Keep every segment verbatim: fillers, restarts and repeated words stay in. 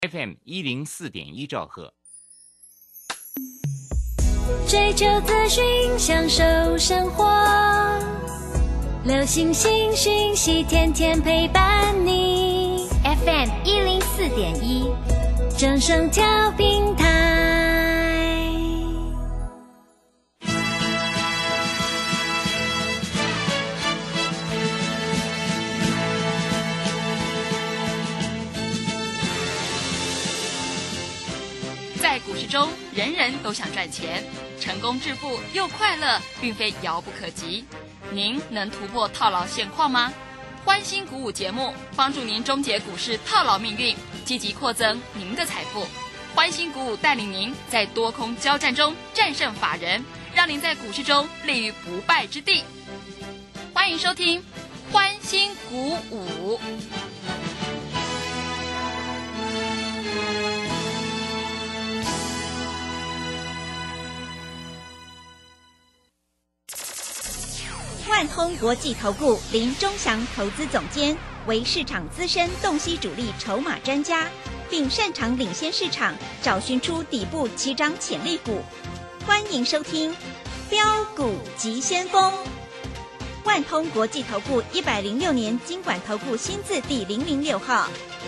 F M 一零四点一兆赫。 追求资讯，享受生活，流行新讯息，天天陪伴你。F M 一零四点一，正声调平台。 在股市中，人人都想赚钱，成功致富又快乐，并非遥不可及。您能突破套牢现况吗？欢欣鼓舞节目帮助您终结股市套牢命运，积极扩增您的财富。欢欣鼓舞带领您在多空交战中战胜法人，让您在股市中立于不败之地。欢迎收听欢欣鼓舞。 万通国际投顾林钟祥投资总监为市场资深洞悉主力筹码专家，并擅长领先市场，找寻出底部起涨潜力股。欢迎收听标股急先锋。万通国际投顾一百零六年金管投顾新字第零零六号。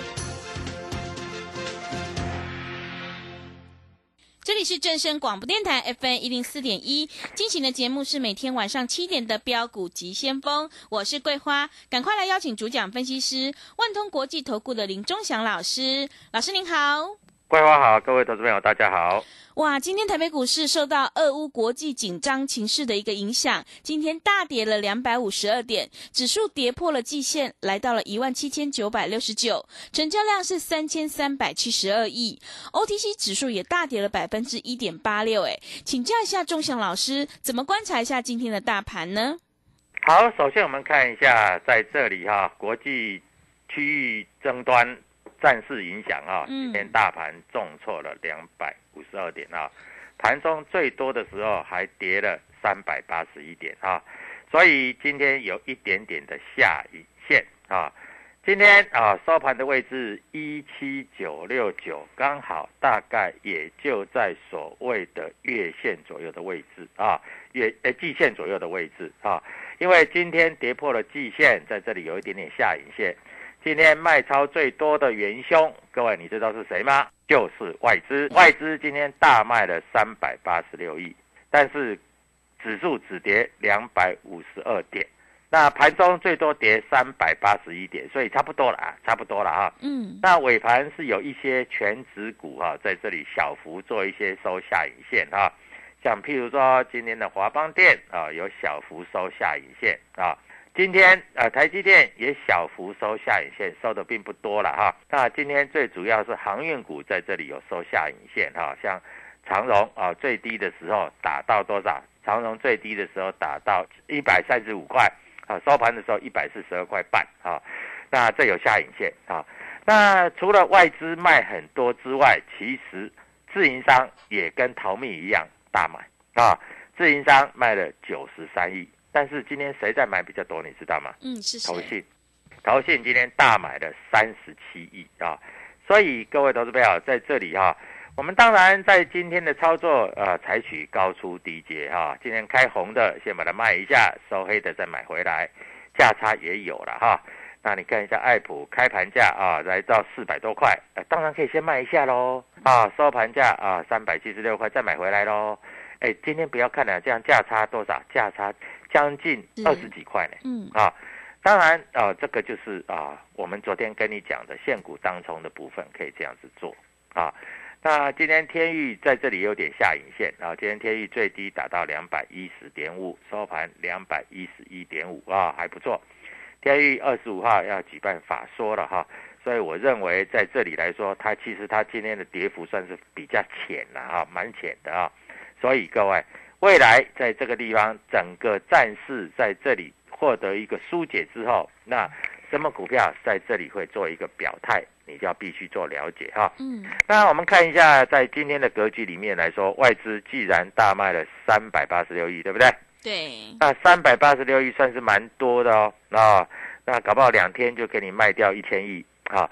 这里是正声广播电台 F M 一零四点一，进行的节目是每天晚上七点的标股急先锋，我是桂花，赶快来邀请主讲分析师万通国际投顾的林钟祥老师，老师您好。 桂花好，各位投资朋友大家好。 哇，今天台北股市受到俄乌国际紧张情势的一个影响，今天大跌了两百五十二点，指数跌破了季线，来到了一万七千九百六十九，成交量是三千三百七十二亿。O T C 指数也大跌了百分之一点八六。哎，请教一下钟祥老师，怎么观察一下今天的大盘呢？ 好，首先我们看一下在这里哈，国际区域争端战事影响啊，今天大盘重挫了两百五十二点啊，盘中最多的时候还跌了三百八十一点啊，所以今天有一点点的下影线啊。今天啊收盘的位置一七九六九，刚好大概也就在所谓的月线左右的位置啊，月呃季线左右的位置啊，因为今天跌破了季线，在这里有一点点下影线。今天卖超最多的元凶，各位你知道是谁吗？就是外资。外资今天大卖了三百八十六亿，但是指数只跌两百五十二点，那盘中最多跌三百八十一点，所以差不多了啊，差不多了啊。嗯。那尾盘是有一些全指股哈、啊，在这里小幅做一些收下影线哈、啊，像譬如说今天的华邦电啊，有小幅收下影线啊。今天呃台积电也小幅收下影线，收的并不多了哈。那今天最主要是航运股在这里有收下影线哈，像长荣啊最低的时候打到多少？长荣最低的时候打到一百三十五块啊，收盘的时候一百四十二块半啊。那这有下影线啊。那除了外资卖很多之外，其实自营商也跟淘蜜一样大买啊，自营商卖了九十三亿。但是今天谁在买比较多，你知道吗？ 嗯，是谁？ 投信，投信今天大买了三十七亿啊！所以各位投资朋友在这里哈、啊，我们当然在今天的操作呃，采取高出低接哈、啊。今天开红的先把它卖一下，收黑的再买回来，价差也有了哈、啊。那你看一下爱普开盘价啊，来到四百多块，呃，当然可以先卖一下喽啊，收盘价啊三百七十六块再买回来喽。哎，今天不要看了，这样价差多少？价差将近二十几块呢。嗯啊，当然啊，这个就是啊，我们昨天跟你讲的现股当冲的部分，可以这样子做啊。那今天天钰在这里有点下影线啊，今天天钰最低达到两百一十点五，收盘两百一十一点五啊，还不错。天钰二十五号要举办法说了哈，所以我认为在这里来说，它其实它今天的跌幅算是比较浅了啊，蛮浅的啊。所以各位，未来在这个地方，整个战事在这里获得一个疏解之后，那什么股票在这里会做一个表态，你就要必须做了解哈。嗯，那我们看一下，在今天的格局里面来说，外资既然大卖了三百八十六亿，对不对？ 对。 那三百八十六亿算是蛮多的哦，啊，那搞不好两天就给你卖掉一千亿啊。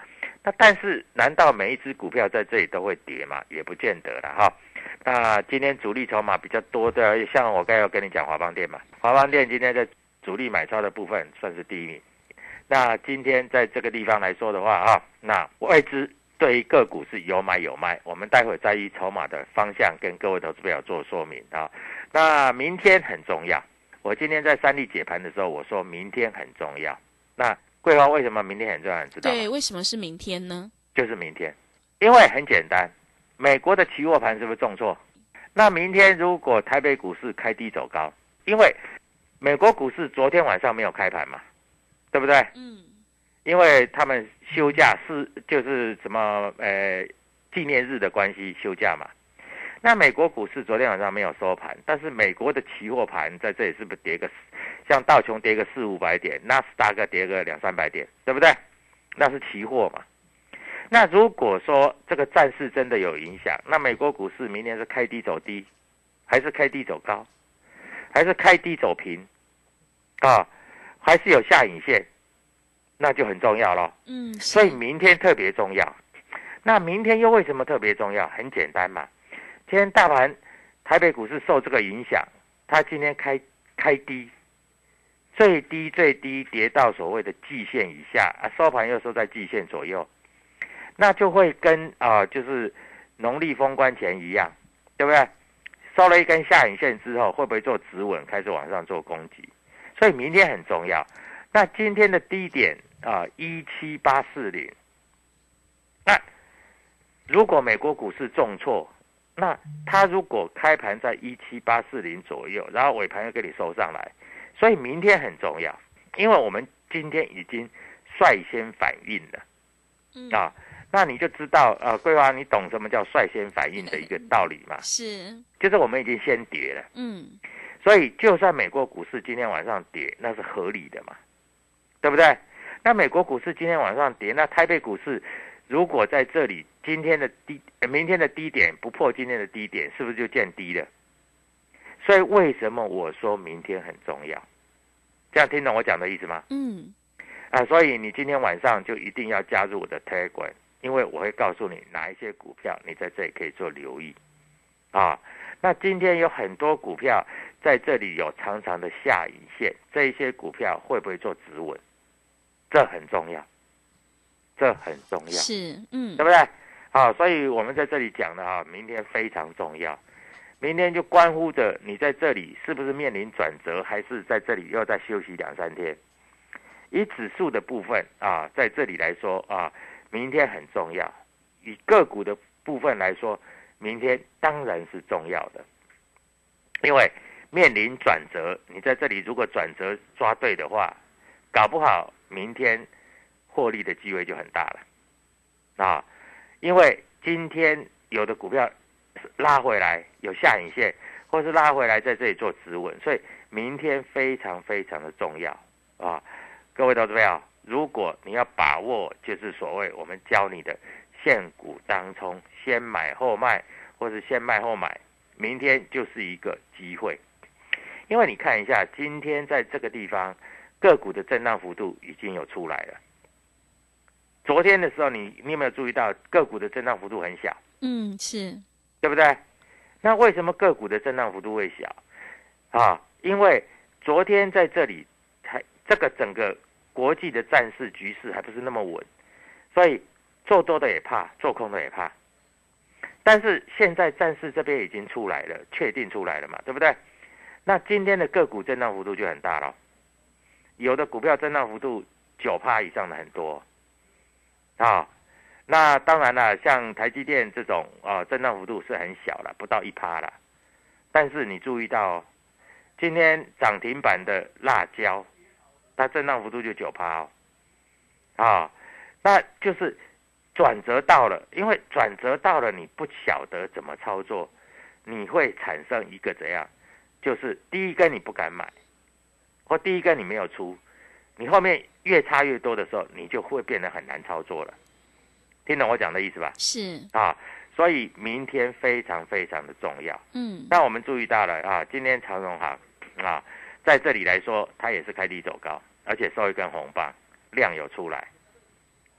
那但是难道每一只股票在这里都会跌吗？也不见得了哈。那今天主力筹码比较多的，像我刚才有跟你讲华邦电嘛，华邦电今天在主力买超的部分算是第一名。那今天在这个地方来说的话啊，那外资对于个股是有买有卖，我们待会再以筹码的方向跟各位投资朋友做说明啊。那明天很重要，我今天在三立解盘的时候，我说明天很重要。那桂花为什么明天很重要？你知道吗？ 对，为什么是明天呢？ 就是明天，因为很简单，美国的期货盘是不是重挫？那明天如果台北股市开低走高，因为美国股市昨天晚上没有开盘嘛，对不对？ 嗯， 因为他们休假是就是什么呃纪念日的关系休假嘛。那美国股市昨天晚上没有收盘，但是美国的期货盘在这里是不是跌个，像道琼跌个四五百点，纳斯达克跌个两三百点，对不对？那是期货嘛。那如果说这个战事真的有影响，那美国股市明年是开低走低，还是开低走高，还是开低走平，啊，还是有下影线，那就很重要咯。 嗯， 所以明天特别重要。那明天又为什么特别重要？很简单嘛。今天大盘台北股市受这个影响，它今天开开低，最低最低跌到所谓的季线以下啊，收盘又收在季线左右，那就会跟啊、呃、就是农历封关前一样，对不对？收了一根下影线之后，会不会做止稳，开始往上做攻击？所以明天很重要。那今天的低点啊一七八四零，那如果美国股市重挫，那它如果开盘在一七八四零左右，然后尾盘又给你收上来，所以明天很重要，因为我们今天已经率先反应了， 嗯啊，那你就知道，呃，桂花，你懂什么叫率先反应的一个道理吗？ 是， 就是我们已经先跌了， 嗯， 所以就算美国股市今天晚上跌，那是合理的嘛，对不对？那美国股市今天晚上跌，那台北股市如果在这里今天的低，明天的低点不破今天的低点，是不是就见低了？所以为什么我说明天很重要？这样听懂我讲的意思吗？ 嗯， 啊，所以你今天晚上就一定要加入我的 Telegram， 因为我会告诉你哪一些股票你在这里可以做留意啊。那今天有很多股票在这里有长长的下影线，这一些股票会不会做止稳？这很重要，这很重要， 是，嗯， 对不对？好，所以我们在这里讲的啊，明天非常重要。明天就关乎着你在这里是不是面临转折，还是在这里又再休息两三天。以指数的部分啊，在这里来说啊，明天很重要。以个股的部分来说，明天当然是重要的，因为面临转折，你在这里如果转折抓对的话，搞不好明天获利的机会就很大了啊！因为今天有的股票拉回来有下影线，或是拉回来在这里做止稳，所以明天非常非常的重要啊！各位投资朋友，如果你要把握，就是所谓我们教你的现股当冲，先买后卖，或是先卖后买，明天就是一个机会。因为你看一下，今天在这个地方个股的震荡幅度已经有出来了。昨天的时候你，你你有没有注意到个股的震荡幅度很小？ 嗯，是， 对不对？那为什么个股的震荡幅度会小？啊，因为昨天在这里，还这个整个国际的战事局势还不是那么稳，所以做多的也怕，做空的也怕。但是现在战事这边已经出来了，确定出来了嘛，对不对？那今天的个股震荡幅度就很大了，有的股票震荡幅度 百分之九 以上的很多啊。那当然了，像台积电这种啊，震荡幅度是很小了，不到 百分之一 了。但是你注意到、哦，今天涨停板的辣椒，它震荡幅度就 百分之九 哦，啊，那就是转折到了，因为转折到了，你不晓得怎么操作，你会产生一个怎样？就是第一根你不敢买，或第一根你没有出，你后面越差越多的时候，你就会变得很难操作了。听懂我讲的意思吧？ 是啊，所以明天非常非常的重要。 嗯， 那我们注意到了啊，今天长荣航啊，在这里来说，它也是开低走高，而且收一根红棒，量有出来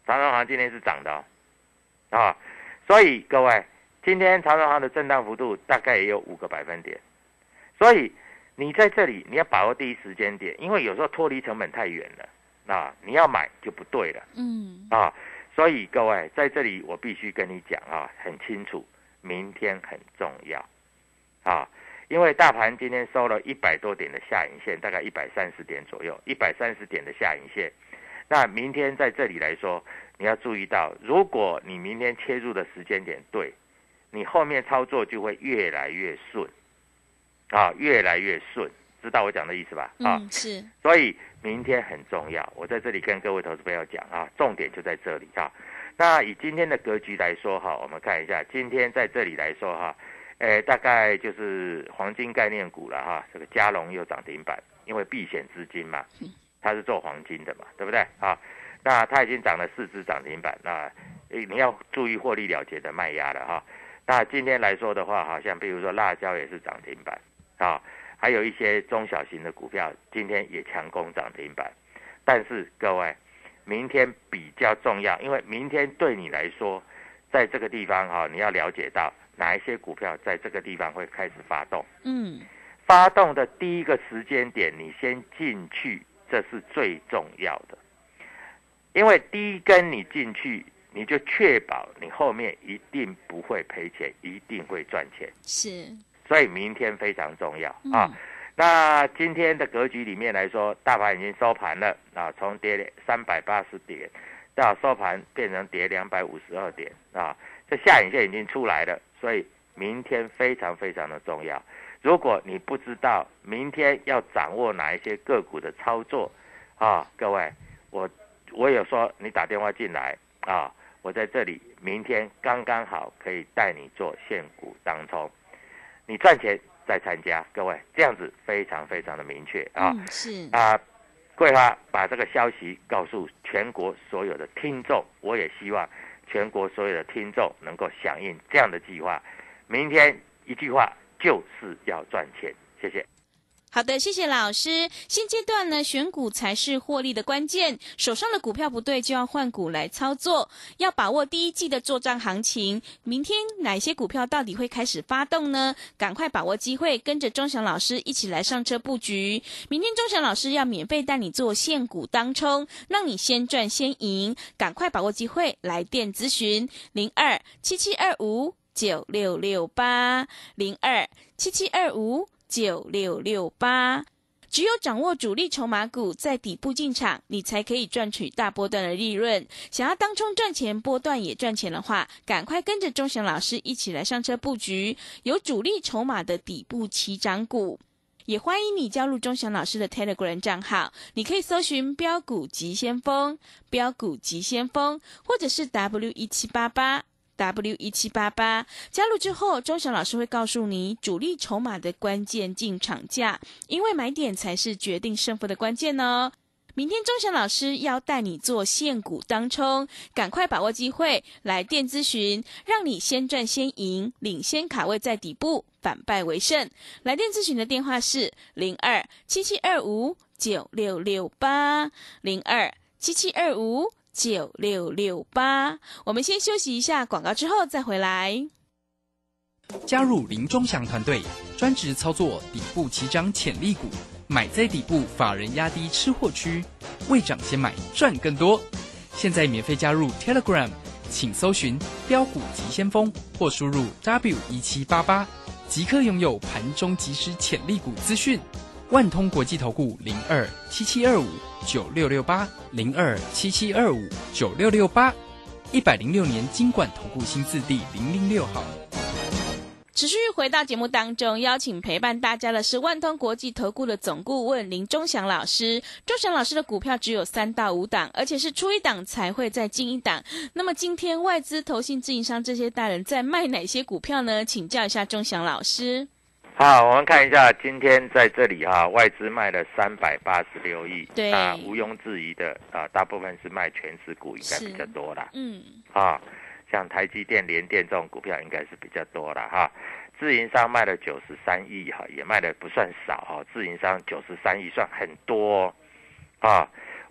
长荣航今天是涨的哦，啊，所以各位，今天长荣航的震荡幅度大概也有五个百分点，所以你在这里你要把握第一时间点，因为有时候脱离成本太远了啊，你要买就不对了，嗯啊，所以各位在这里我必须跟你讲啊，很清楚，明天很重要啊。因为大盘今天收了一百多点的下影线，大概一百三十点左右，一百三十点的下影线。那明天在这里来说，你要注意到，如果你明天切入的时间点对，你后面操作就会越来越顺，啊，越来越顺，知道我讲的意思吧？啊， 嗯，是。所以明天很重要，我在这里跟各位投资朋友讲啊，重点就在这里啊。那以今天的格局来说哈，我们看一下，今天在这里来说哈。诶，大概就是黄金概念股了哈，这个嘉龙又涨停板，因为避险资金嘛，它是做黄金的嘛，对不对啊？那它已经涨了四只涨停板，那你要注意获利了结的卖压了哈。那今天来说的话，好像比如说辣椒也是涨停板啊，还有一些中小型的股票今天也强攻涨停板。但是各位，明天比较重要，因为明天对你来说，在这个地方哈，你要了解到。哪一些股票在这个地方会开始发动？嗯，发动的第一个时间点，你先进去，这是最重要的。因为第一根你进去，你就确保你后面一定不会赔钱，一定会赚钱。 是， 所以明天非常重要、嗯、啊。那今天的格局里面来说，大盘已经收盘了啊，从跌三百八十点到收盘变成跌两百五十二点啊，这下影线已经出来了。所以明天非常非常的重要。如果你不知道明天要掌握哪一些个股的操作啊，各位，我我有说你打电话进来啊，我在这里明天刚刚好可以带你做现股当冲，你赚钱再参加，各位这样子非常非常的明确啊。 嗯、是啊，桂花把这个消息告诉全国所有的听众，我也希望。全国所有的听众能够响应这样的计划，明天一句话就是要赚钱，谢谢。 好的，谢谢老师。现阶段呢，选股才是获利的关键，手上的股票不对就要换股来操作，要把握第一季的作战行情。明天哪些股票到底会开始发动呢？赶快把握机会，跟着钟祥老师一起来上车布局。明天钟祥老师要免费带你做现股当冲，让你先赚先赢，赶快把握机会，来电咨询零二七七二五九六六八零二七七二五九六六八，只有掌握主力筹码股在底部进场，你才可以赚取大波段的利润。想要当冲赚钱，波段也赚钱的话，赶快跟着钟祥老师一起来上车布局有主力筹码的底部起涨股。也欢迎你加入钟祥老师的 Telegram 账号，你可以搜寻标股急先锋、标股急先锋，或者是 W 一七八八。W 一七八八 加入之后，钟祥老师会告诉你主力筹码的关键进场价，因为买点才是决定胜负的关键哦。明天钟祥老师要带你做现股当冲，赶快把握机会，来电咨询，让你先赚先赢，领先卡位在底部，反败为胜。来电咨询的电话是零二七七二五九六六八零二七七二五九六六八，我们先休息一下广告，之后再回来。 加入林钟祥团队，专职操作底部起涨潜力股，买在底部，法人压低吃货区，未涨先买赚更多。现在免费加入 Telegram， 请搜寻标股急先锋或输入 W 一七八八，即刻拥有盘中即时潜力股资讯。万通国际投顾零二七七二五九六六八零二七七二五九六六八，一百零六年金管投顾新字第零零六号。 持续回到节目当中，邀请陪伴大家的是万通国际投顾的总顾问林钟祥老师。钟祥老师的股票只有三到五档，而且是出一档才会再进一档。那么今天外资、投信、自营商这些大人在卖哪些股票呢？请教一下钟祥老师。 好，我们看一下今天在这里哈、啊，外资卖了三百八十六亿， 对啊，毋庸置疑的啊，大部分是卖全指股，应该比较多啦。 嗯， 啊，像台积电、联电这种股票应该是比较多啦哈。自营商卖了九十三亿哈，也卖的不算少哈。自营商九十三亿算很多啊。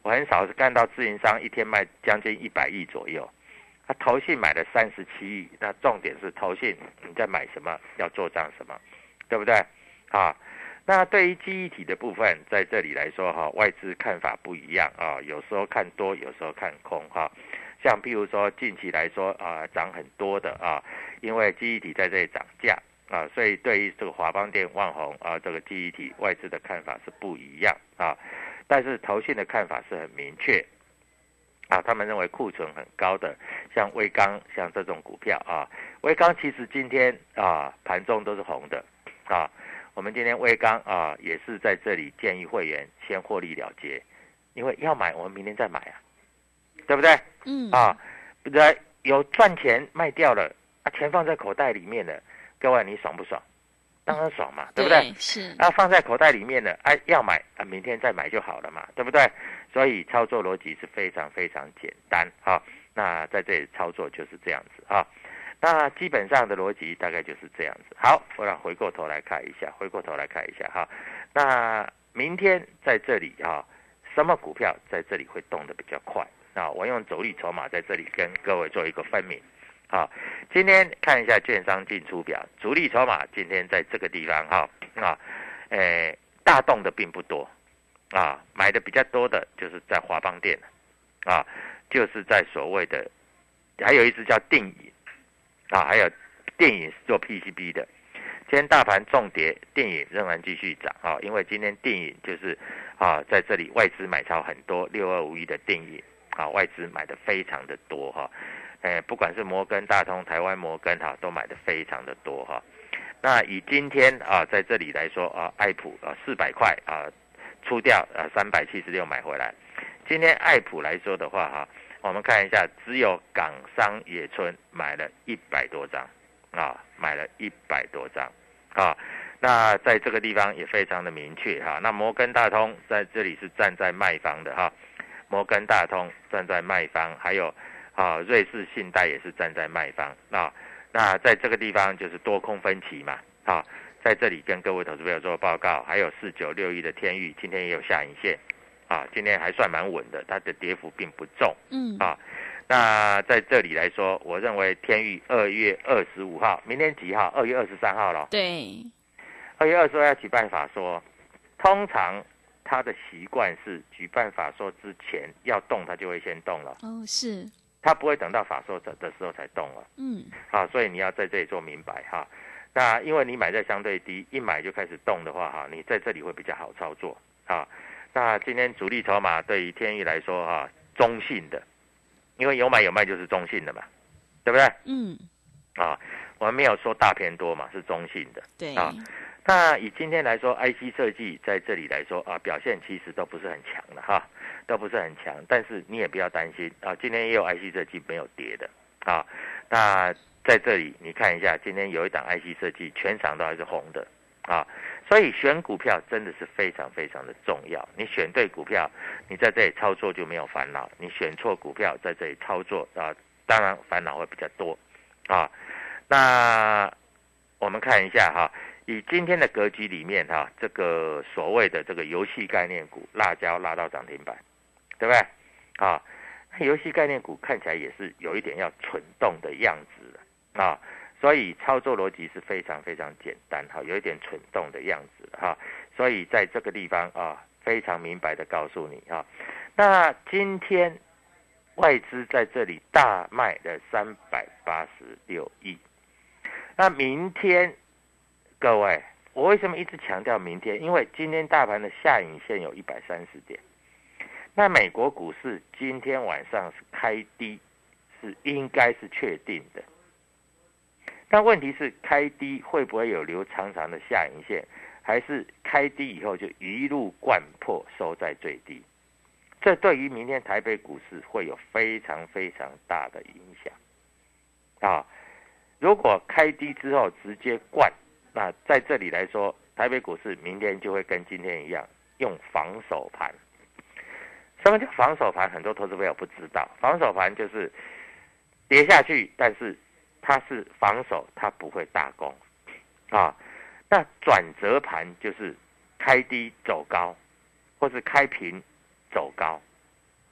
我很少看到自营商一天卖将近一百亿左右，他投信买了三十七亿，那重点是投信你在买什么，要做账什么，对不对？啊，那对于记忆体的部分，在这里来说哈，外资看法不一样啊，有时候看多，有时候看空哈。像譬如说近期来说啊，涨很多的啊，因为记忆体在这里涨价啊，所以对于这个华邦电、旺宏啊，这个记忆体外资的看法是不一样啊。但是投信的看法是很明确啊，他们认为库存很高的，像威刚像这种股票啊，威刚其实今天啊盘中都是红的啊，我们今天威刚啊也是在这里建议会员先获利了结，因为要买我们明天再买啊，对不对？ 嗯啊，不对，有赚钱卖掉了啊，钱放在口袋里面了，各位你爽不爽？当然爽嘛，对不对？ 对是啊，放在口袋里面的，哎、啊，要买啊，明天再买就好了嘛，对不对？所以操作逻辑是非常非常简单哈、啊。那在这里操作就是这样子啊。那基本上的逻辑大概就是这样子。好，我让回过头来看一下，回过头来看一下哈。那明天在这里啊，什么股票在这里会动得比较快？啊，我用主力筹码在这里跟各位做一个分明。好，今天看一下券商进出表，主力筹码今天在这个地方哈啊，诶，大动的并不多啊，买的比较多的就是在华邦电啊，就是在所谓的，还有一只叫定影啊，还有电影是做 P C B 的。今天大盘重跌，电影仍然继续涨啊，因为今天电影就是啊，在这里外资买超很多，六二五一的电影啊，外资买的非常的多哈。哎，不管是摩根大通、台湾摩根哈，都买的非常的多哈。那以今天啊，在这里来说啊，爱普啊四百块啊出掉啊三百七十六买回来。今天爱普来说的话哈，我们看一下，只有港商野村买了一百多张啊，买了一百多张啊。那在这个地方也非常的明确哈。那摩根大通在这里是站在卖方的哈，摩根大通站在卖方，还有。啊，瑞士信贷也是站在卖方啊，那在这个地方就是多空分歧嘛啊，在这里跟各位投资朋友做报告，还有四九六一的天钰今天也有下影线啊，今天还算蛮稳的，它的跌幅并不重， 嗯啊，那在这里来说，我认为天钰二月二十五号，明天几号？二月二十三号了， 对， 二月二十二要举办法说，通常他的习惯是举办法说之前要动，他就会先动了， 哦是。 他不会等到法说的时候才动了， 嗯， 啊，所以你要在这里做明白哈。那因为你买在相对低，一买就开始动的话哈，你在这里会比较好操作啊。那今天主力筹码对于天钰来说哈，中性的，因为有买有卖就是中性的嘛，对不对？ 嗯， 啊，我们没有说大偏多嘛，是中性的， 对啊。那以今天来说 ，I C 设计在这里来说啊，表现其实都不是很强的哈，都不是很强。但是你也不要担心啊，今天也有 I C 设计没有跌的啊。那在这里你看一下，今天有一档 I C 设计全场都还是红的啊。所以选股票真的是非常非常的重要。你选对股票，你在这里操作就没有烦恼；你选错股票，在这里操作啊，当然烦恼会比较多啊。那我们看一下哈。以今天的格局里面哈，这个所谓的这个游戏概念股，辣椒拉到涨停板，对不对？啊，游戏概念股看起来也是有一点要蠢动的样子啊，所以操作逻辑是非常非常简单哈，有一点蠢动的样子哈，所以在这个地方啊，非常明白的告诉你哈，那今天外资在这里大卖了三百八十六亿，那明天。各位，我为什么一直强调明天？因为今天大盘的下影线有一百三十点，那美国股市今天晚上是开低，是应该是确定的。但问题是开低会不会有留长长的下影线，还是开低以后就一路灌破收在最低？这对于明天台北股市会有非常非常大的影响啊！如果开低之后直接灌，那在这里来说，台北股市明天就会跟今天一样用防守盘。什么叫防守盘？很多投资朋友不知道，防守盘就是跌下去，但是它是防守，它不会大攻啊。那转折盘就是开低走高，或是开平走高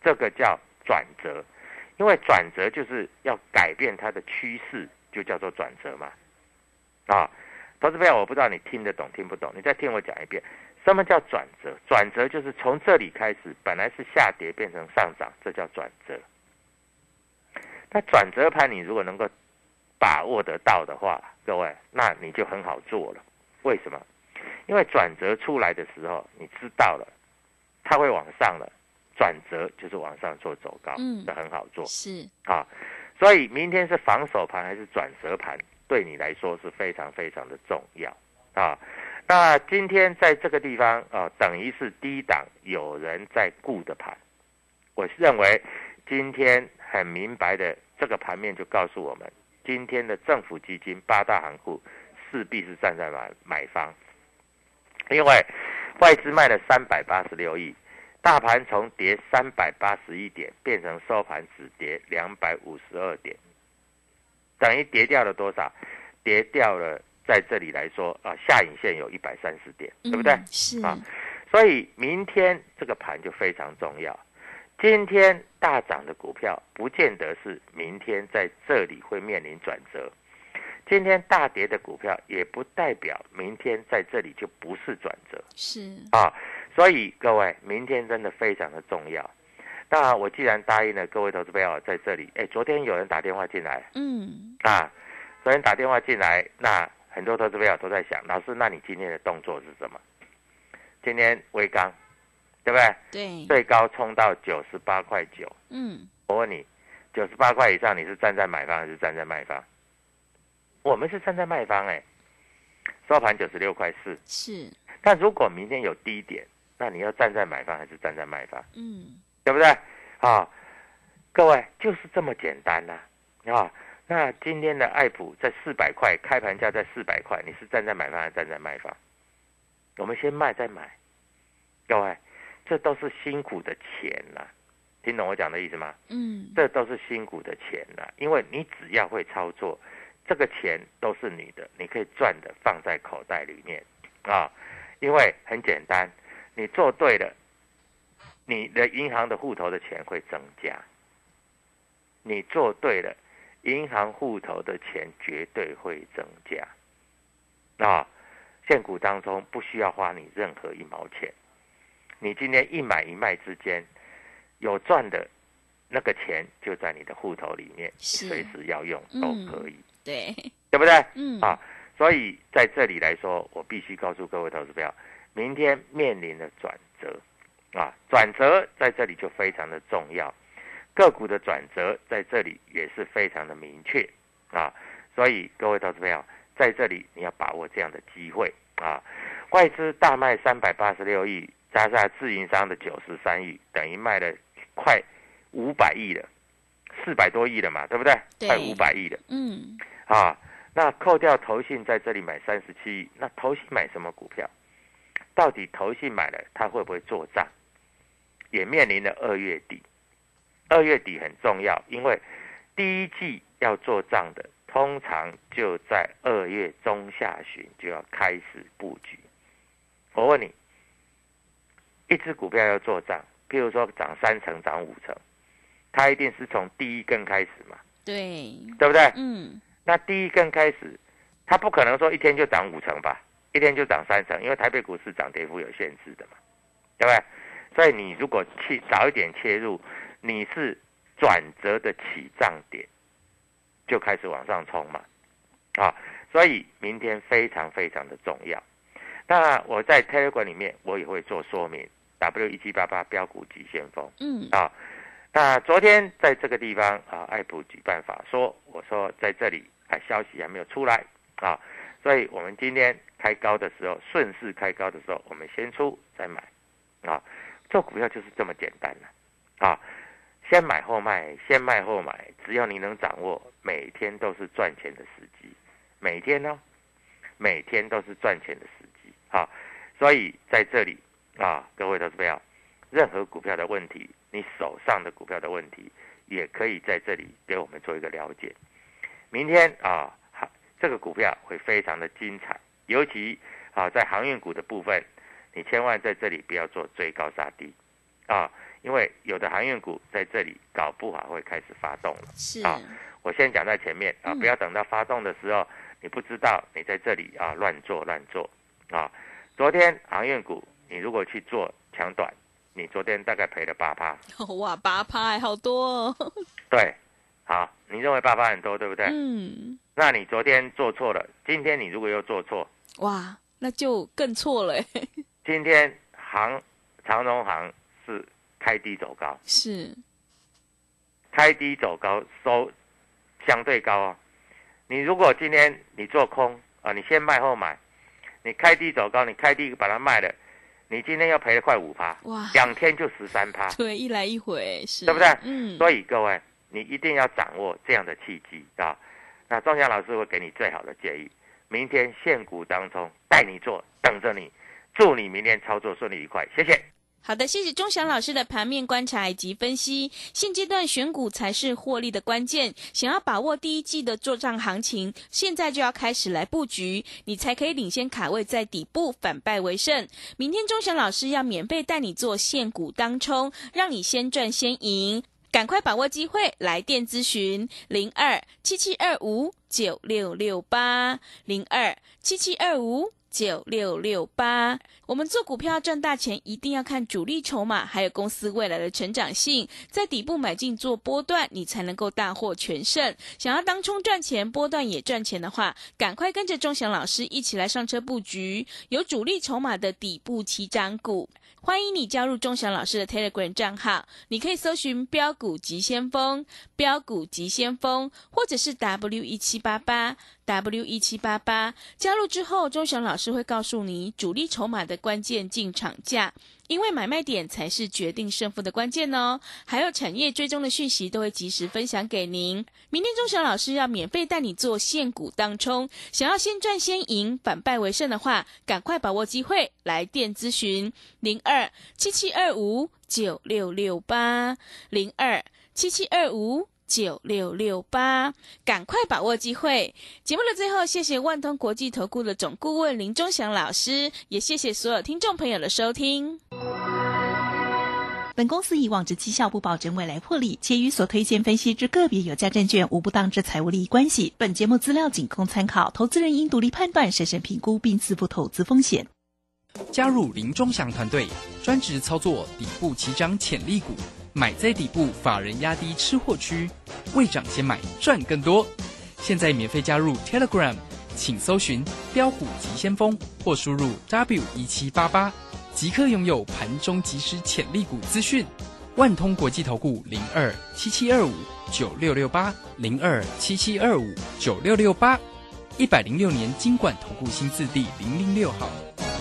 这个叫转折，因为转折就是要改变它的趋势，就叫做转折嘛。啊，投资朋友，我不知道你听得懂听不懂，你再听我讲一遍，什么叫转折？转折就是从这里开始，本来是下跌变成上涨，这叫转折。那转折盘你如果能够把握得到的话，各位，那你就很好做了。为什么？因为转折出来的时候，你知道了，它会往上了，转折就是往上做走高，嗯，这很好做。 是啊，所以明天是防守盘还是转折盘，对你来说是非常非常的重要啊。那今天在这个地方啊，等于是低档有人在顾的盘，我认为今天很明白的这个盘面就告诉我们，今天的政府基金八大行库势必是站在买买方，因为外资卖了三百八十六亿，大盘从跌三百八十一点变成收盘只跌两百五十二点，等于跌掉了多少？跌掉了，在这里来说啊，下影线有一百三十点，对不对？ 嗯、是啊，所以明天这个盘就非常重要。今天大涨的股票，不见得是明天在这里会面临转折；今天大跌的股票，也不代表明天在这里就不是转折。 是啊，所以各位，明天真的非常的重要。那我既然答应了各位投资朋友在这里，哎，昨天有人打电话进来， 嗯， 啊，昨天打电话进来，那很多投资朋友都在想，老师，那你今天的动作是什么？今天微刚，对不对？ 对， 最高冲到九十八块九。 嗯， 我问你，九十八块以上，你是站在买方还是站在卖方？我们是站在卖方哎、欸，收盘九十六块四。 是， 但如果明天有低点，那你要站在买方还是站在卖方？ 嗯， 对不对？啊，各位就是这么简单呐、啊！啊，那今天的爱普在四百块，开盘价在四百块，你是站在买方还是站在卖方？我们先卖再买，各位，这都是辛苦的钱呐、啊，听懂我讲的意思吗？ 嗯， 这都是辛苦的钱呐、啊，因为你只要会操作，这个钱都是你的，你可以赚的放在口袋里面啊，因为很简单，你做对了，你的银行的户头的钱会增加，你做对了，银行户头的钱绝对会增加啊。现股当中不需要花你任何一毛钱，你今天一买一卖之间有赚的那个钱就在你的户头里面，随时要用都可以， 嗯、对， 对不对？ 嗯啊，所以在这里来说，我必须告诉各位投资朋友，明天面临的转折啊，转折在这里就非常的重要，个股的转折在这里也是非常的明确啊，所以各位投资朋友。在这里你要把握这样的机会啊！外资大卖三百八十六亿，加上自营商的九十三亿，等于卖了快五百亿了，四百多亿了嘛，对不对？ 对， 快五百亿了。 嗯， 啊，那扣掉投信在这里买三十七亿，那投信买什么股票？到底投信买了，他会不会做账？也面临了二月底，二月底很重要，因为第一季要做账的。通常就在二月中下旬就要开始布局。我问你，一只股票要做账，譬如说涨三成、涨五成，它一定是从第一根开始嘛？ 对， 对不对？ 嗯。 那第一根开始，它不可能说一天就涨五成吧，一天就涨三成，因为台北股市涨跌幅有限制的嘛，对不对？所以你如果去早一点切入，你是转折的起涨点。就开始往上冲嘛，啊，所以明天非常非常的重要。那我在 Telegram 里面我也会做说明 ，W 一七八八标股急先锋， 嗯啊，那昨天在这个地方啊，爱普举办法说，我说在这里啊，消息还没有出来啊，所以我们今天开高的时候，顺势开高的时候，我们先出再买，啊，做股票就是这么简单了，啊。先买后卖，先卖后买，只要你能掌握，每天都是赚钱的时机。每天呢，每天都是赚钱的时机啊！所以在这里啊，各位投资朋友，任何股票的问题，你手上的股票的问题，也可以在这里给我们做一个了解。明天啊，这个股票会非常的精彩，尤其啊，在航运股的部分，你千万在这里不要做追高杀低啊！ 因为有的航运股在这里搞不好会开始发动了。 是啊，我先讲在前面啊， 嗯、 不要等到发动的时候，你不知道你在这里啊乱做乱做啊。昨天航运股你如果去做抢短，你昨天大概赔了八趴。 哇，八趴还好多哦。 对，好，你认为八趴很多，对不对？ 嗯。 那你昨天做错了，今天你如果又做错， 哇，那就更错了。 今天航长荣航是开低走高， 是开低走高，收相对高啊。你如果今天你做空啊，你先卖后买，你开低走高，你开低把它卖了，你今天又赔了快五趴， 哇， 两天就十三趴， 对，一来一回是， 对不对？ 嗯， 所以各位，你一定要掌握这样的契机啊。那钟祥老师会给你最好的建议，明天现股当中带你做，等着你，祝你明天操作顺利愉快，谢谢。 好的，谢谢钟祥老师的盘面观察以及分析。现阶段选股才是获利的关键，想要把握第一季的作账行情，现在就要开始来布局，你才可以领先卡位在底部，反败为胜。明天钟祥老师要免费带你做现股当冲，让你先赚先赢。赶快把握机会，来电咨询零二七七二五九六六八零二七七二五九六六八。我们做股票赚大钱，一定要看主力筹码，还有公司未来的成长性，在底部买进做波段，你才能够大获全胜。想要当冲赚钱，波段也赚钱的话，赶快跟着钟祥老师一起来上车布局有主力筹码的底部起涨股。欢迎你加入钟祥老师的 Telegram 账号，你可以搜寻标股急先锋、标股急先锋，或者是 W 一七八八 W 一七八八。加入之后，钟祥老师会告诉你主力筹码的关键进场价，因为买卖点才是决定胜负的关键哦。还有产业追踪的讯息都会及时分享给您。明天钟祥老师要免费带你做现股当冲，想要先赚先赢，反败为胜的话，赶快把握机会，来电咨询零二七七二五九六六八零二七七二五九六六八，赶快把握机会。节目的最后，谢谢万通国际投顾的总顾问林钟祥老师，也谢谢所有听众朋友的收听。 本公司以往之绩效不保证未来获利，且与所推荐分析之个别有价证券无不当之财务利益关系。本节目资料仅供参考，投资人应独立判断、审慎评估并自负投资风险。 加入林钟祥团队，专职操作底部起涨潜力股，买在底部，法人压低吃货区，未涨先买赚更多。现在免费加入 Telegram， 请搜寻标股急先锋或输入 W 一七八八，即刻拥有盘中即时潜力股资讯。万通国际投顾零二七七二五九六六八零二七七二五九六六八，一百零六年金管投顾新字第零零六号。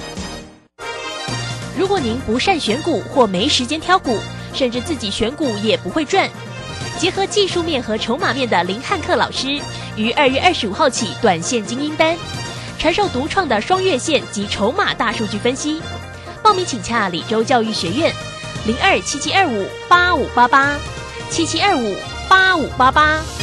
如果您不善选股或没时间挑股，甚至自己选股也不会赚，结合技术面和筹码面的林汉克老师，于二月二十五号起短线精英班，传授独创的双月线及筹码大数据分析。报名请洽李州教育学院零二七七二五八五八八七七二五八五八八。